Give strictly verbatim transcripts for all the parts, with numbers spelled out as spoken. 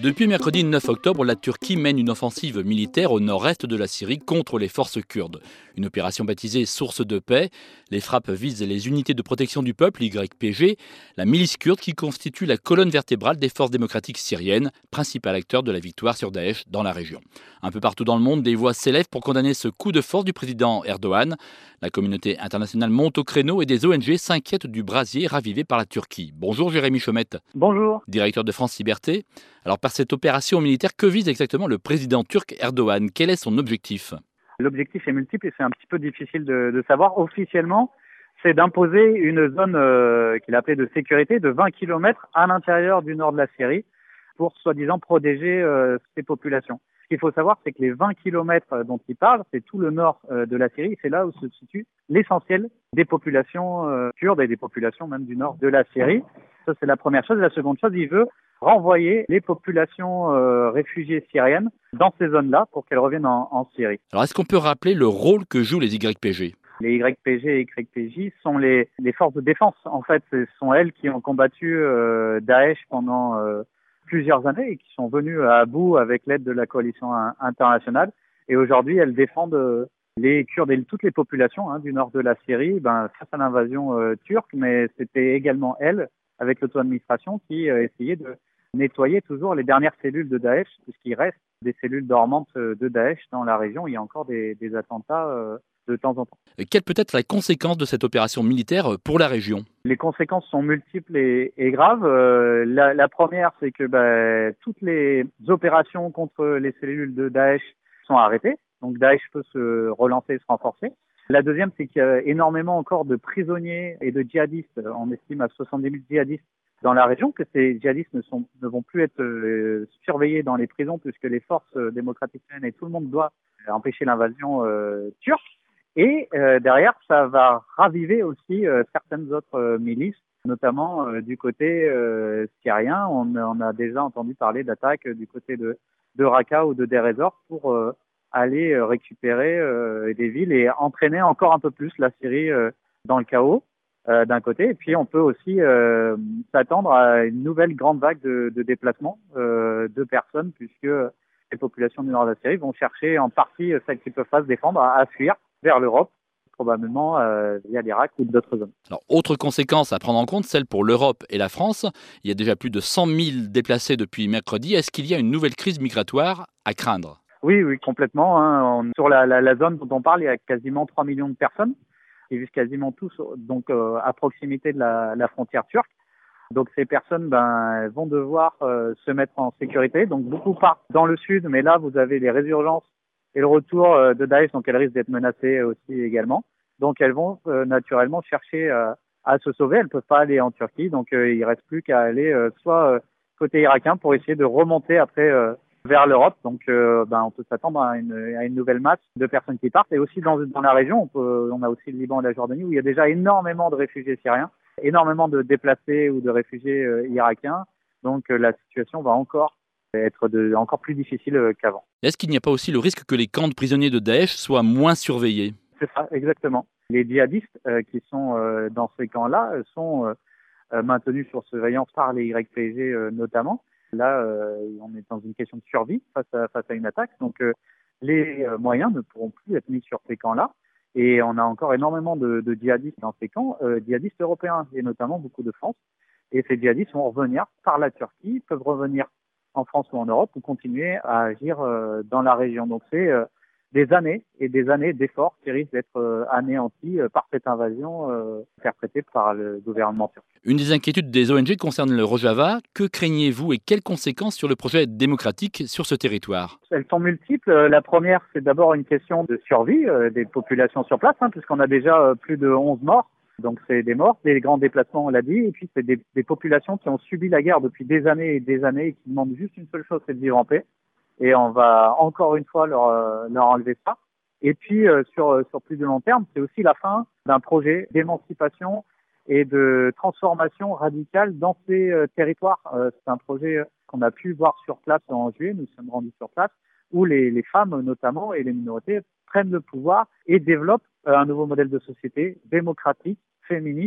Depuis mercredi neuf octobre, la Turquie mène une offensive militaire au nord-est de la Syrie contre les forces kurdes. Une opération baptisée Source de paix. Les frappes visent les unités de protection du peuple, Y P G, la milice kurde qui constitue la colonne vertébrale des forces démocratiques syriennes, principal acteur de la victoire sur Daesh dans la région. Un peu partout dans le monde, des voix s'élèvent pour condamner ce coup de force du président Erdogan. La communauté internationale monte au créneau et des O N G s'inquiètent du brasier ravivé par la Turquie. Bonjour Jérémy Chomette. Bonjour. Directeur de France Liberté. Alors par cette opération militaire, que vise exactement le président turc Erdogan? Quel est son objectif? L'objectif est multiple et c'est un petit peu difficile de, de savoir. Officiellement, c'est d'imposer une zone euh, qu'il appelait de sécurité de vingt kilomètres à l'intérieur du nord de la Syrie pour soi-disant protéger euh, ces populations. Ce qu'il faut savoir, c'est que les vingt kilomètres dont il parle, c'est tout le nord euh, de la Syrie. C'est là où se situe l'essentiel des populations euh, kurdes et des populations même du nord de la Syrie. Ça, c'est la première chose. La seconde chose, il veut renvoyer les populations euh, réfugiées syriennes dans ces zones-là pour qu'elles reviennent en, en Syrie. Alors est-ce qu'on peut rappeler le rôle que jouent les Y P G? Les Y P G et Y P J sont les, les forces de défense. En fait, ce sont elles qui ont combattu euh, Daesh pendant euh, plusieurs années et qui sont venues à bout avec l'aide de la coalition internationale. Et aujourd'hui, elles défendent euh, les Kurdes et toutes les populations hein, du nord de la Syrie ben, face à l'invasion euh, turque. Mais c'était également elles, avec l'auto-administration, qui euh, essayaient de nettoyer toujours les dernières cellules de Daesh, puisqu'il reste des cellules dormantes de Daesh dans la région. Il y a encore des, des attentats euh, de temps en temps. Et quelle peut être la conséquence de cette opération militaire pour la région? Les conséquences sont multiples et, et graves. Euh, la, la première, c'est que bah, toutes les opérations contre les cellules de Daesh sont arrêtées. Donc Daesh peut se relancer, se renforcer. La deuxième, c'est qu'il y a énormément encore de prisonniers et de djihadistes. On estime à soixante-dix mille djihadistes dans la région, que ces djihadistes ne, sont, ne vont plus être euh, surveillés dans les prisons puisque les forces euh, démocratiques et tout le monde doit empêcher l'invasion euh, turque. Et euh, derrière, ça va raviver aussi euh, certaines autres euh, milices, notamment euh, du côté euh, syrien. On, on a déjà entendu parler d'attaques du côté de, de Raqqa ou de Deir ez-Zor pour euh, aller euh, récupérer euh, des villes et entraîner encore un peu plus la Syrie euh, dans le chaos. Euh, d'un côté, et puis on peut aussi euh, s'attendre à une nouvelle grande vague de, de déplacements euh, de personnes, puisque les populations du nord de la Syrie vont chercher en partie celles qui peuvent pas se défendre à, à fuir vers l'Europe, probablement euh, via l'Irak ou d'autres zones. Alors, autre conséquence à prendre en compte, celle pour l'Europe et la France. Il y a déjà plus de cent mille déplacés depuis mercredi. Est-ce qu'il y a une nouvelle crise migratoire à craindre? Oui, oui, complètement. Hein. On, sur la, la, la zone dont on parle, il y a quasiment trois millions de personnes. Ils vivent quasiment tous donc euh, à proximité de la, la frontière turque. Donc ces personnes ben, vont devoir euh, se mettre en sécurité. Donc beaucoup partent dans le sud, mais là vous avez les résurgences et le retour euh, de Daesh, donc elles risquent d'être menacées aussi également. Donc elles vont euh, naturellement chercher euh, à se sauver. Elles ne peuvent pas aller en Turquie, donc euh, il reste plus qu'à aller euh, soit euh, côté irakien pour essayer de remonter après euh, vers l'Europe. Donc, euh, ben, on peut s'attendre à une, à une nouvelle masse de personnes qui partent. Et aussi dans, dans la région, on, peut, on a aussi le Liban et la Jordanie où il y a déjà énormément de réfugiés syriens, énormément de déplacés ou de réfugiés euh, irakiens. Donc, euh, la situation va encore être de, encore plus difficile euh, qu'avant. Est-ce qu'il n'y a pas aussi le risque que les camps de prisonniers de Daesh soient moins surveillés? C'est ça, exactement. Les djihadistes euh, qui sont euh, dans ces camps-là sont euh, maintenus sur surveillance par les Y P G euh, notamment. Là, euh, on est dans une question de survie face à, face à une attaque. Donc, euh, les euh, moyens ne pourront plus être mis sur ces camps-là. Et on a encore énormément de, de djihadistes dans ces camps, euh, djihadistes européens, et notamment beaucoup de France. Et ces djihadistes vont revenir par la Turquie, peuvent revenir en France ou en Europe ou continuer à agir euh, dans la région. Donc, c'est euh, des années et des années d'efforts qui risquent d'être euh, anéantis euh, par cette invasion euh, perpétrée par le gouvernement turc. Une des inquiétudes des O N G concerne le Rojava. Que craignez-vous et quelles conséquences sur le projet démocratique sur ce territoire? Elles sont multiples. La première, c'est d'abord une question de survie euh, des populations sur place, hein, puisqu'on a déjà euh, plus de onze morts. Donc c'est des morts, des grands déplacements, on l'a dit, et puis c'est des, des populations qui ont subi la guerre depuis des années et des années et qui demandent juste une seule chose, c'est de vivre en paix. Et on va encore une fois leur, euh, leur enlever ça. Et puis euh, sur, sur plus de long terme, c'est aussi la fin d'un projet d'émancipation et de transformation radicale dans ces euh, territoires. Euh, c'est un projet qu'on a pu voir sur place en juillet, nous sommes rendus sur place, où les, les femmes notamment et les minorités prennent le pouvoir et développent euh, un nouveau modèle de société démocratique, féministe,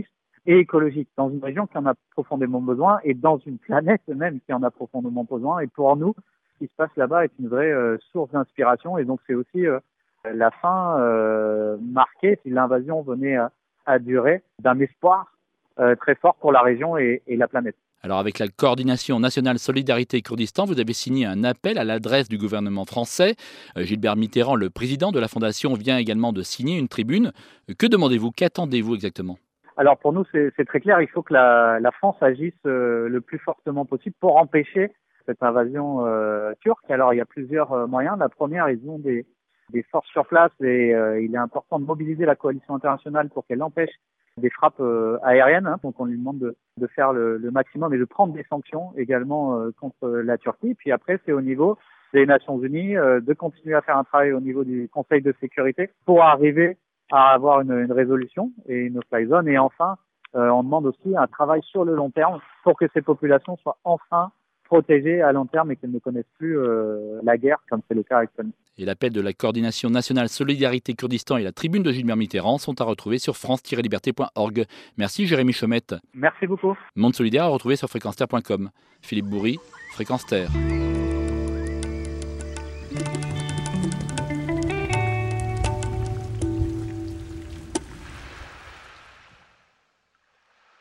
et écologique dans une région qui en a profondément besoin et dans une planète même qui en a profondément besoin. Et pour nous, ce qui se passe là-bas est une vraie euh, source d'inspiration. Et donc c'est aussi euh, la fin euh, marquée, si l'invasion venait à, à durer, d'un espoir euh, très fort pour la région et, et la planète. Alors avec la coordination nationale Solidarité Kurdistan, vous avez signé un appel à l'adresse du gouvernement français. Gilbert Mitterrand, le président de la fondation, vient également de signer une tribune. Que demandez-vous? Qu'attendez-vous exactement? Alors pour nous, c'est, c'est très clair, il faut que la, la France agisse euh, le plus fortement possible pour empêcher cette invasion euh, turque. Alors il y a plusieurs euh, moyens. La première, ils ont des, des forces sur place et euh, il est important de mobiliser la coalition internationale pour qu'elle empêche des frappes euh, aériennes. Hein. Donc on lui demande de, de faire le, le maximum et de prendre des sanctions également euh, contre la Turquie. Puis après, c'est au niveau des Nations Unies euh, de continuer à faire un travail au niveau du Conseil de sécurité pour arriver à avoir une, une résolution et une no-fly zone. Et enfin, euh, on demande aussi un travail sur le long terme pour que ces populations soient enfin protégées à long terme et qu'elles ne connaissent plus euh, la guerre comme c'est le cas actuellement. Et l'appel de la coordination nationale Solidarité Kurdistan et la tribune de Gilbert Mitterrand sont à retrouver sur france tiret liberté point org. Merci Jérémy Chomette. Merci beaucoup. Monde solidaire à retrouver sur fréquence terre point com. Philippe Bourri, Fréquence Terre.